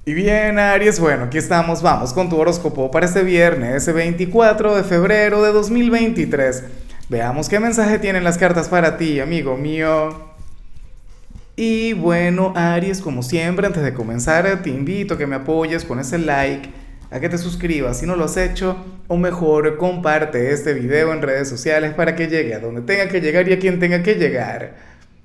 Y bien, Aries, bueno, aquí estamos, vamos con tu horóscopo para este viernes 24 de febrero de 2023. Veamos qué mensaje tienen las cartas para ti, amigo mío. Y bueno, Aries, como siempre, antes de comenzar, te invito a que me apoyes con ese like, a que te suscribas si no lo has hecho, o mejor, comparte este video en redes sociales para que llegue a donde tenga que llegar y a quien tenga que llegar.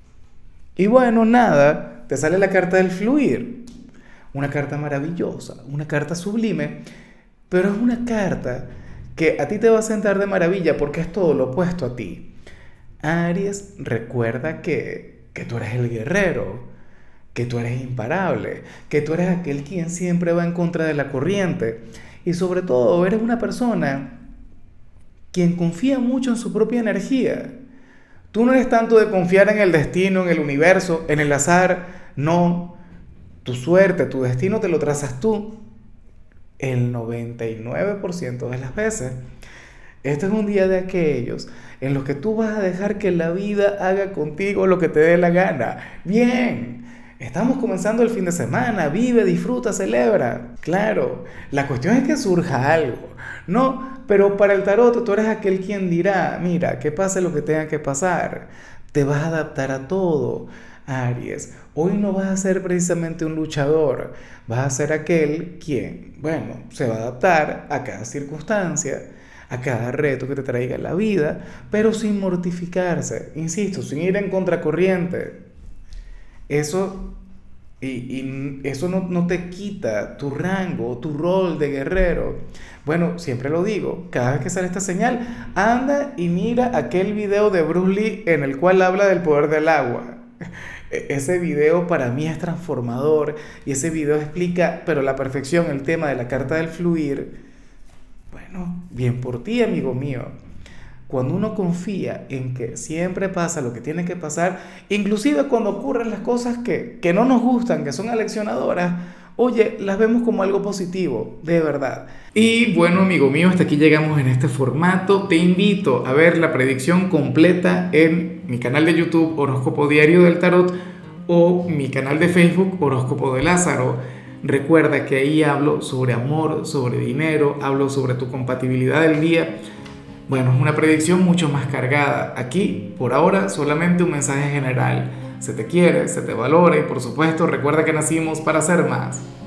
Y bueno, nada, te sale la carta del fluir. Una carta maravillosa, una carta sublime, pero es una carta que a ti te va a sentar de maravilla porque es todo lo opuesto a ti. Aries, recuerda que tú eres el guerrero, que tú eres imparable, que tú eres aquel quien siempre va en contra de la corriente y sobre todo eres una persona quien confía mucho en su propia energía. Tú no eres tanto de confiar en el destino, en el universo, en el azar, no. Tu suerte, tu destino te lo trazas tú el 99% de las veces. Este es un día de aquellos en los que tú vas a dejar que la vida haga contigo lo que te dé la gana. Bien, estamos comenzando el fin de semana, vive, disfruta, celebra. Claro, la cuestión es que surja algo, ¿no? Pero para el tarot tú eres aquel quien dirá, mira, que pase lo que tenga que pasar. Te vas a adaptar a todo. Aries, hoy no vas a ser precisamente un luchador, vas a ser aquel quien, bueno, se va a adaptar a cada circunstancia, a cada reto que te traiga la vida, pero sin mortificarse, insisto, sin ir en contracorriente. Eso, y eso no te quita tu rango, tu rol de guerrero. Bueno, siempre lo digo, cada vez que sale esta señal, anda y mira aquel video de Bruce Lee en el cual habla del poder del agua. Ese video para mí es transformador y ese video explica, pero a la perfección, el tema de la carta del fluir. Bueno, bien por ti, amigo mío. Cuando uno confía en que siempre pasa lo que tiene que pasar, inclusive cuando ocurren las cosas que no nos gustan, que son aleccionadoras, oye, las vemos como algo positivo, de verdad. Y bueno, amigo mío, hasta aquí llegamos en este formato. Te invito a ver la predicción completa en mi canal de YouTube Horóscopo Diario del Tarot o mi canal de Facebook Horóscopo de Lázaro. Recuerda que ahí hablo sobre amor, sobre dinero, hablo sobre tu compatibilidad del día. Bueno, es una predicción mucho más cargada. Aquí, por ahora, solamente un mensaje general. Se te quiere, se te valora y por supuesto recuerda que nacimos para ser más.